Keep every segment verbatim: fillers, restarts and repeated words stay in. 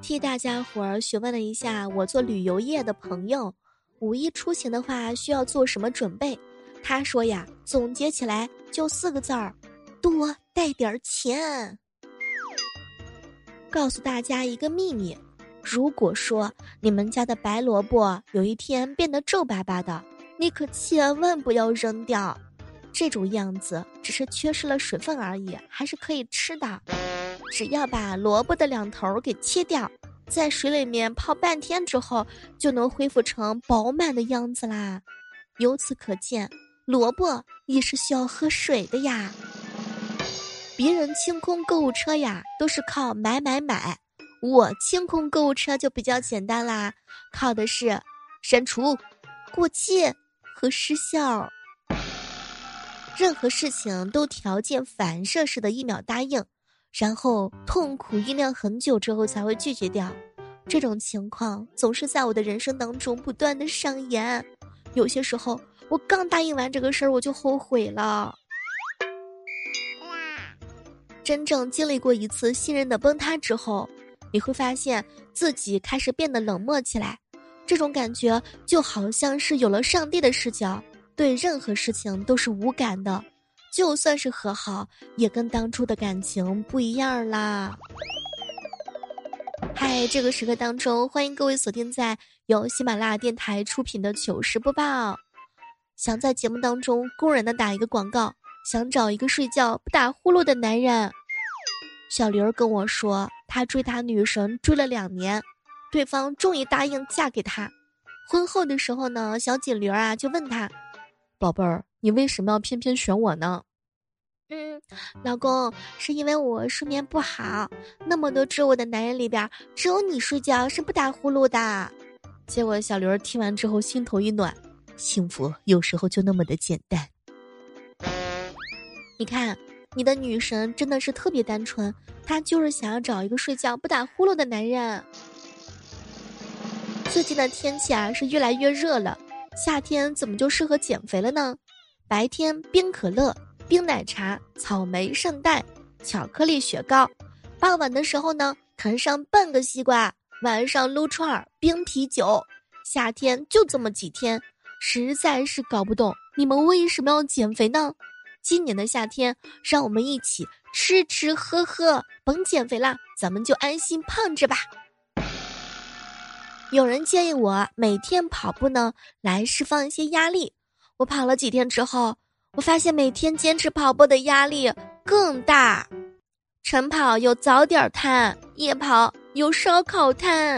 替大家伙儿询问了一下我做旅游业的朋友，五一出行的话需要做什么准备。他说呀，总结起来就四个字儿：多带点钱。告诉大家一个秘密，如果说你们家的白萝卜有一天变得皱巴巴的，你可千万不要扔掉，这种样子只是缺失了水分而已，还是可以吃的。只要把萝卜的两头给切掉，在水里面泡半天之后，就能恢复成饱满的样子啦。由此可见，萝卜也是需要喝水的呀。别人清空购物车呀，都是靠买买买，我清空购物车就比较简单啦，靠的是删除、过期和失效。任何事情都条件反射式的一秒答应，然后痛苦酝酿很久之后才会拒绝掉。这种情况总是在我的人生当中不断的上演，有些时候我刚答应完这个事儿我就后悔了。真正经历过一次信任的崩塌之后，你会发现自己开始变得冷漠起来，这种感觉就好像是有了上帝的视角，对任何事情都是无感的，就算是和好也跟当初的感情不一样啦。嗨，这个时刻当中，欢迎各位锁定在由喜马拉雅电台出品的糗事播报。想在节目当中公然的打一个广告，想找一个睡觉不打呼噜的男人。小玲儿跟我说，他追他女神追了两年，对方终于答应嫁给他。婚后的时候呢，小锦玲啊就问他，宝贝儿，你为什么要偏偏选我呢？嗯，老公，是因为我睡眠不好，那么多追我的男人里边，只有你睡觉是不打呼噜的。结果小刘听完之后心头一暖，幸福有时候就那么的简单。你看，你的女神真的是特别单纯，她就是想要找一个睡觉不打呼噜的男人。最近的天气啊是越来越热了，夏天怎么就适合减肥了呢？白天冰可乐、冰奶茶、草莓圣代、巧克力雪糕，傍晚的时候呢啃上半个西瓜，晚上撸串儿、冰啤酒。夏天就这么几天，实在是搞不懂你们为什么要减肥呢？今年的夏天，让我们一起吃吃喝喝，甭减肥啦，咱们就安心胖着吧。有人建议我每天跑步呢，来释放一些压力。我跑了几天之后，我发现每天坚持跑步的压力更大。晨跑有早点摊，夜跑有烧烤摊。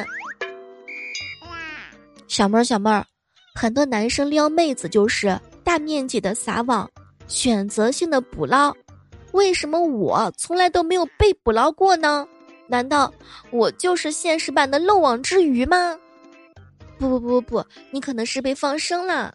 小妹儿小妹儿，很多男生撩妹子就是大面积的撒网，选择性的捕捞。为什么我从来都没有被捕捞过呢？难道我就是现实版的漏网之鱼吗？不不不不不，你可能是被放生了。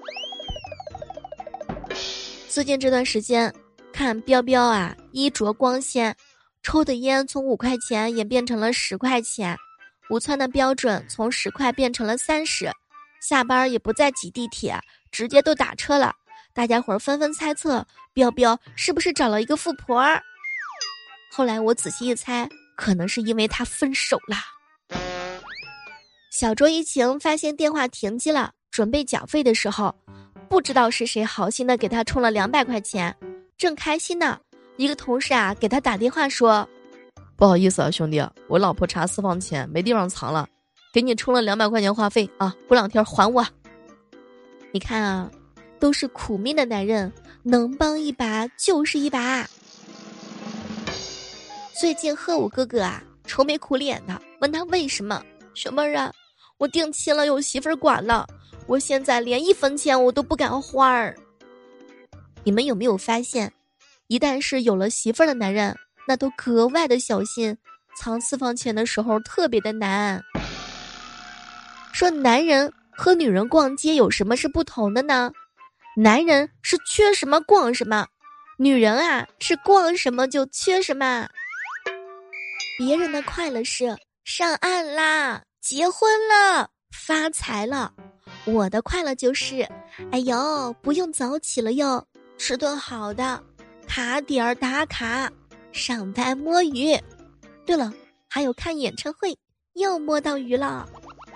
最近这段时间看彪彪啊，衣着光鲜，抽的烟从五块钱也变成了十块钱，午餐的标准从十块变成了三十，下班也不再挤地铁，直接都打车了。大家伙儿纷纷猜测彪彪是不是找了一个富婆儿。后来我仔细一猜，可能是因为他分手了。小卓一晴发现电话停机了，准备缴费的时候，不知道是谁好心的给他充了两百块钱，正开心呢，一个同事啊给他打电话说，不好意思啊兄弟，我老婆查私房钱没地方藏了，给你充了两百块钱话费啊，过两天还我。你看啊，都是苦命的男人，能帮一把就是一把。最近贺武哥哥啊愁眉苦脸的，问他为什么。小妹儿啊，我定亲了，有媳妇儿管了，我现在连一分钱我都不敢花儿。你们有没有发现，一旦是有了媳妇儿的男人，那都格外的小心，藏私房钱的时候特别的难。说男人和女人逛街有什么是不同的呢？男人是缺什么逛什么，女人啊是逛什么就缺什么。别人的快乐是上岸啦，结婚了，发财了，我的快乐就是哎呦不用早起了哟，吃顿好的，卡点儿打卡，上班摸鱼。对了，还有看演唱会， 又摸到鱼了。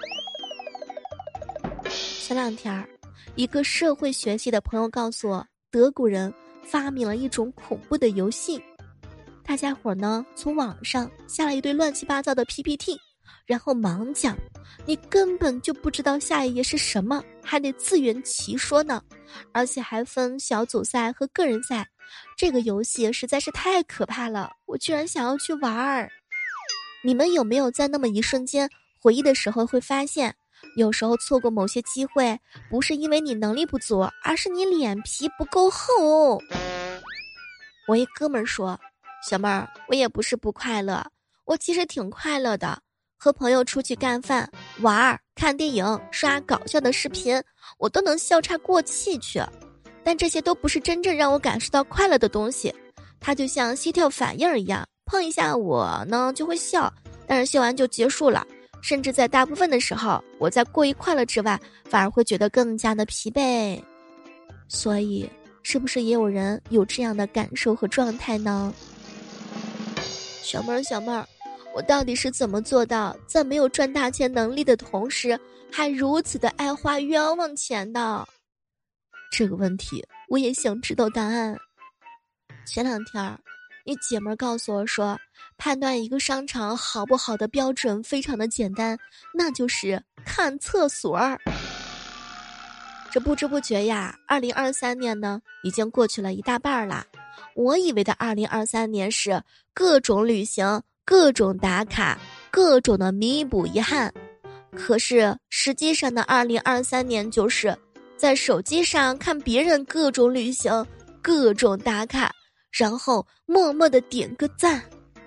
前两天一个社会学系的朋友告诉我，德国人发明了一种恐怖的游戏。大家伙呢从网上下了一堆乱七八糟的 P P T， 然后盲讲，你根本就不知道下一页是什么，还得自圆其说呢，而且还分小组赛和个人赛。这个游戏实在是太可怕了，我居然想要去玩儿。你们有没有在那么一瞬间回忆的时候会发现，有时候错过某些机会不是因为你能力不足，而是你脸皮不够厚。我一哥们儿说，小妹儿，我也不是不快乐，我其实挺快乐的，和朋友出去干饭、玩、看电影、刷搞笑的视频，我都能笑岔过气去。但这些都不是真正让我感受到快乐的东西，它就像膝跳反应一样，碰一下我呢就会笑，但是笑完就结束了。甚至在大部分的时候，我在过于快乐之外，反而会觉得更加的疲惫。所以，是不是也有人有这样的感受和状态呢？小妹儿，小妹儿，我到底是怎么做到在没有赚大钱能力的同时，还如此的爱花冤枉钱的？这个问题我也想知道答案。前两天一姐们告诉我说，判断一个商场好不好的标准非常的简单，那就是看厕所。这不知不觉呀，二零二三年呢已经过去了一大半了。我以为的二零二三年是各种旅行、各种打卡、各种的弥补遗憾，可是实际上的二零二三年就是在手机上看别人各种旅行、各种打卡，然后默默的点个赞。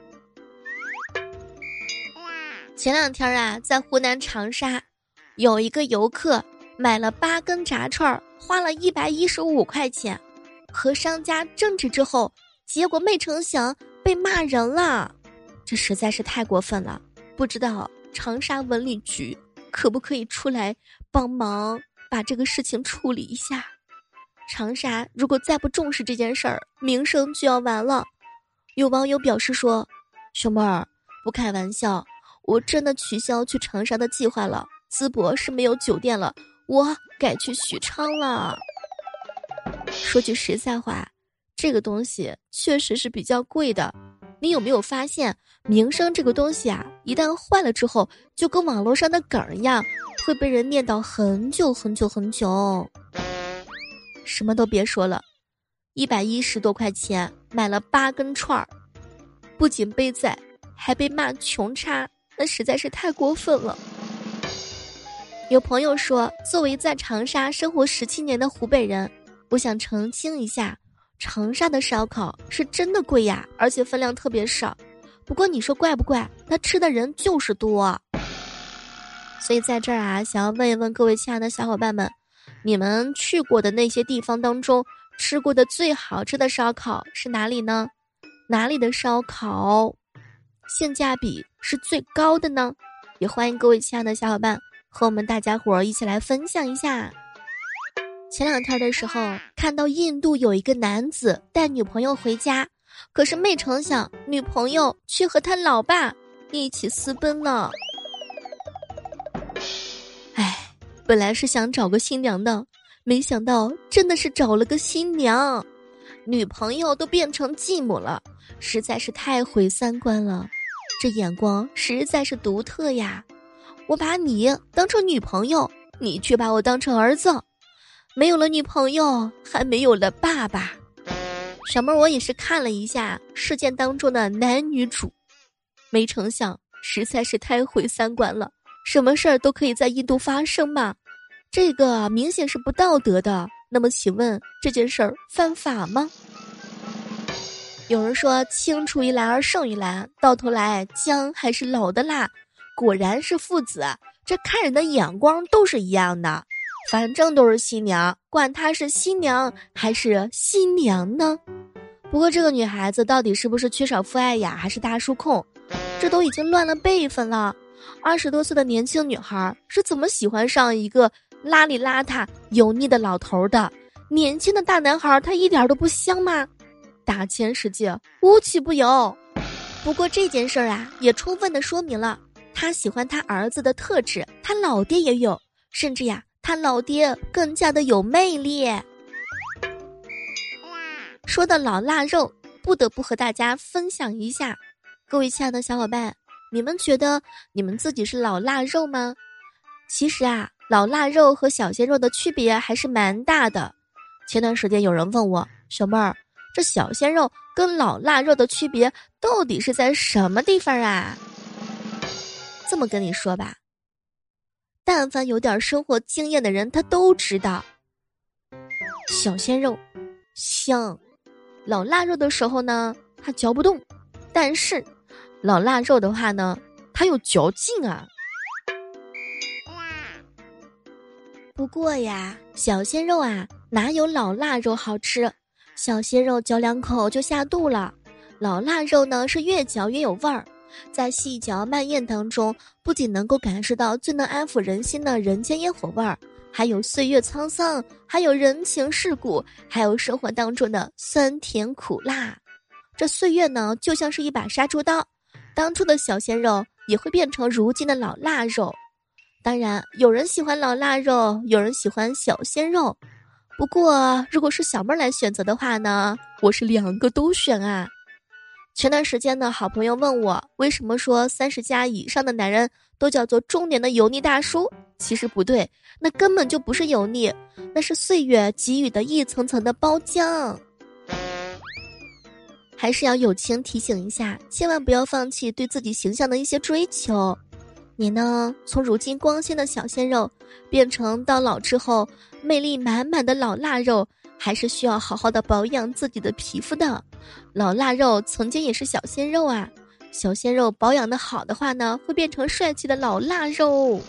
前两天啊，在湖南长沙，有一个游客买了八根炸串，花了一百一十五块钱，和商家争执之后，结果没成想被骂人了，这实在是太过分了。不知道长沙文旅局可不可以出来帮忙把这个事情处理一下？长沙如果再不重视这件事儿，名声就要完了。有网友表示说，兄妹儿，不开玩笑，我真的取消去长沙的计划了，淄博是没有酒店了，我改去许昌了。说句实在话，这个东西确实是比较贵的。你有没有发现，名声这个东西啊，一旦坏了之后，就跟网络上的梗一样，会被人念叨很久很久很久。什么都别说了，一百一十多块钱买了八根串儿，不仅被宰，还被骂穷叉，那实在是太过分了。有朋友说，作为在长沙生活十七年的湖北人，我想澄清一下，长沙的烧烤是真的贵呀，而且分量特别少。不过你说怪不怪，他吃的人就是多。所以在这儿啊，想要问一问各位亲爱的小伙伴们，你们去过的那些地方当中，吃过的最好吃的烧烤是哪里呢？哪里的烧烤性价比是最高的呢？也欢迎各位亲爱的小伙伴和我们大家伙儿一起来分享一下。前两天的时候，看到印度有一个男子带女朋友回家，可是没成想女朋友却和他老爸一起私奔了。唉，本来是想找个新娘的，没想到真的是找了个新娘，女朋友都变成继母了，实在是太毁三观了。这眼光实在是独特呀！我把你当成女朋友，你却把我当成儿子。没有了女朋友，还没有了爸爸。小妹儿，我也是看了一下事件当中的男女主，没成想实在是太毁三观了。什么事儿都可以在印度发生吗？这个明显是不道德的。那么请问这件事儿犯法吗？有人说青出于蓝而胜于蓝，到头来姜还是老的辣，果然是父子，这看人的眼光都是一样的。反正都是新娘，管她是新娘还是新娘呢？不过这个女孩子到底是不是缺少父爱呀，还是大叔控，这都已经乱了辈分了。二十多岁的年轻女孩是怎么喜欢上一个邋里邋遢油腻的老头的？年轻的大男孩他一点都不香吗？大千世界无奇不有。不过这件事儿啊，也充分的说明了他喜欢他儿子的特质，他老爹也有，甚至呀，他老爹更加的有魅力。说到老腊肉，不得不和大家分享一下，各位亲爱的小伙伴，你们觉得你们自己是老腊肉吗？其实啊，老腊肉和小鲜肉的区别还是蛮大的。前段时间有人问我，小妹儿，这小鲜肉跟老腊肉的区别到底是在什么地方啊？这么跟你说吧，但凡有点生活经验的人，他都知道，小鲜肉香，老腊肉的时候呢，它嚼不动，但是老腊肉的话呢，它有嚼劲啊。不过呀，小鲜肉啊，哪有老腊肉好吃？小鲜肉嚼两口就下肚了，老腊肉呢是越嚼越有味儿，在细嚼慢咽当中，不仅能够感受到最能安抚人心的人间烟火味儿，还有岁月沧桑，还有人情世故，还有生活当中的酸甜苦辣。这岁月呢，就像是一把杀猪刀，当初的小鲜肉也会变成如今的老腊肉。当然，有人喜欢老腊肉，有人喜欢小鲜肉。不过，如果是小妹来选择的话呢，我是两个都选啊。前段时间呢，好朋友问我，为什么说三十加以上的男人都叫做中年的油腻大叔？其实不对，那根本就不是油腻，那是岁月给予的一层层的包浆。还是要友情提醒一下，千万不要放弃对自己形象的一些追求。你呢，从如今光鲜的小鲜肉变成到老之后魅力满满的老腊肉，还是需要好好的保养自己的皮肤的。老腊肉曾经也是小鲜肉啊，小鲜肉保养的好的话呢，会变成帅气的老腊肉。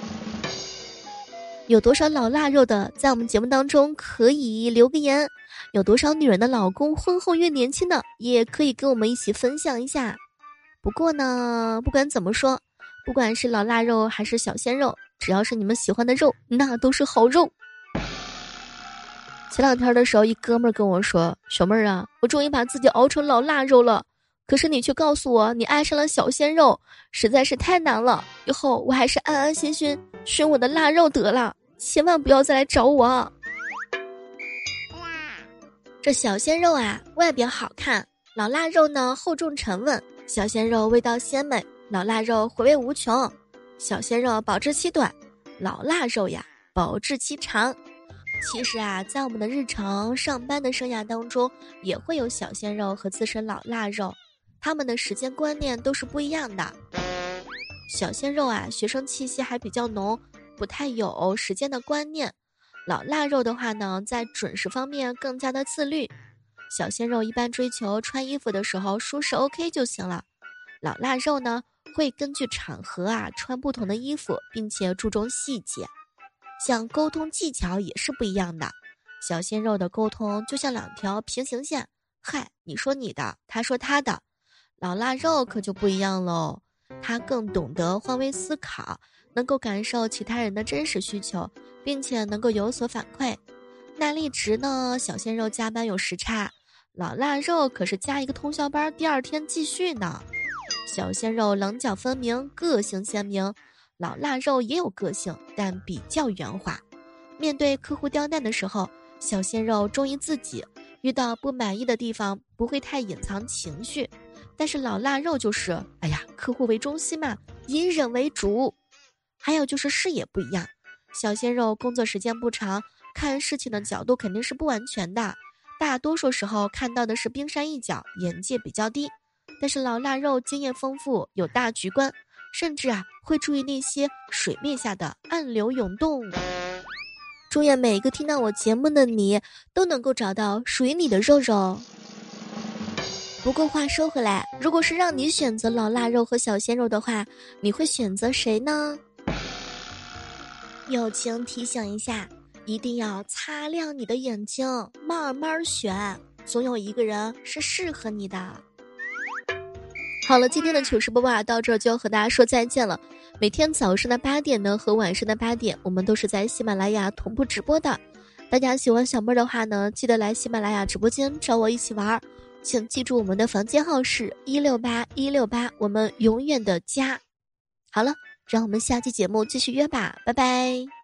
有多少老腊肉的在我们节目当中可以留个言，有多少女人的老公婚后越年轻的也可以跟我们一起分享一下。不过呢，不管怎么说，不管是老腊肉还是小鲜肉，只要是你们喜欢的肉，那都是好肉。前两天的时候，一哥们儿跟我说，小妹儿啊，我终于把自己熬成老腊肉了，可是你却告诉我你爱上了小鲜肉，实在是太难了，以后我还是安安心心选我的腊肉得了，千万不要再来找我。这小鲜肉啊，外表好看，老腊肉呢厚重沉稳，小鲜肉味道鲜美，老腊肉回味无穷。小鲜肉保质期短，老腊肉呀保质期长。其实啊，在我们的日常上班的生涯当中，也会有小鲜肉和资深老腊肉，他们的时间观念都是不一样的。小鲜肉啊，学生气息还比较浓，不太有时间的观念。老腊肉的话呢，在准时方面更加的自律。小鲜肉一般追求穿衣服的时候舒适 OK 就行了，老腊肉呢会根据场合啊穿不同的衣服，并且注重细节。像沟通技巧也是不一样的，小鲜肉的沟通就像两条平行线，嗨，你说你的，他说他的。老腊肉可就不一样喽，他更懂得换位思考，能够感受其他人的真实需求，并且能够有所反馈。耐力值呢，小鲜肉加班有时差，老腊肉可是加一个通宵班，第二天继续呢。小鲜肉棱角分明，个性鲜明，老腊肉也有个性，但比较圆滑。面对客户刁难的时候，小鲜肉忠于自己，遇到不满意的地方不会太隐藏情绪。但是老腊肉就是，哎呀，客户为中心嘛，以忍为主。还有就是视野不一样，小鲜肉工作时间不长，看事情的角度肯定是不完全的，大多数时候看到的是冰山一角，眼界比较低。但是老腊肉经验丰富，有大局观，甚至啊会注意那些水面下的暗流涌动。祝愿每一个听到我节目的你都能够找到属于你的肉肉。不过话说回来，如果是让你选择老腊肉和小鲜肉的话，你会选择谁呢？友情提醒一下，一定要擦亮你的眼睛，慢慢选，总有一个人是适合你的。好了，今天的糗事播报到这儿就要和大家说再见了。每天早上的八点呢和晚上的八点，我们都是在喜马拉雅同步直播的。大家喜欢小妹的话呢，记得来喜马拉雅直播间找我一起玩。请记住我们的房间号是一六八一六八，我们永远的家。 好了，让我们下期节目继续约吧，拜拜。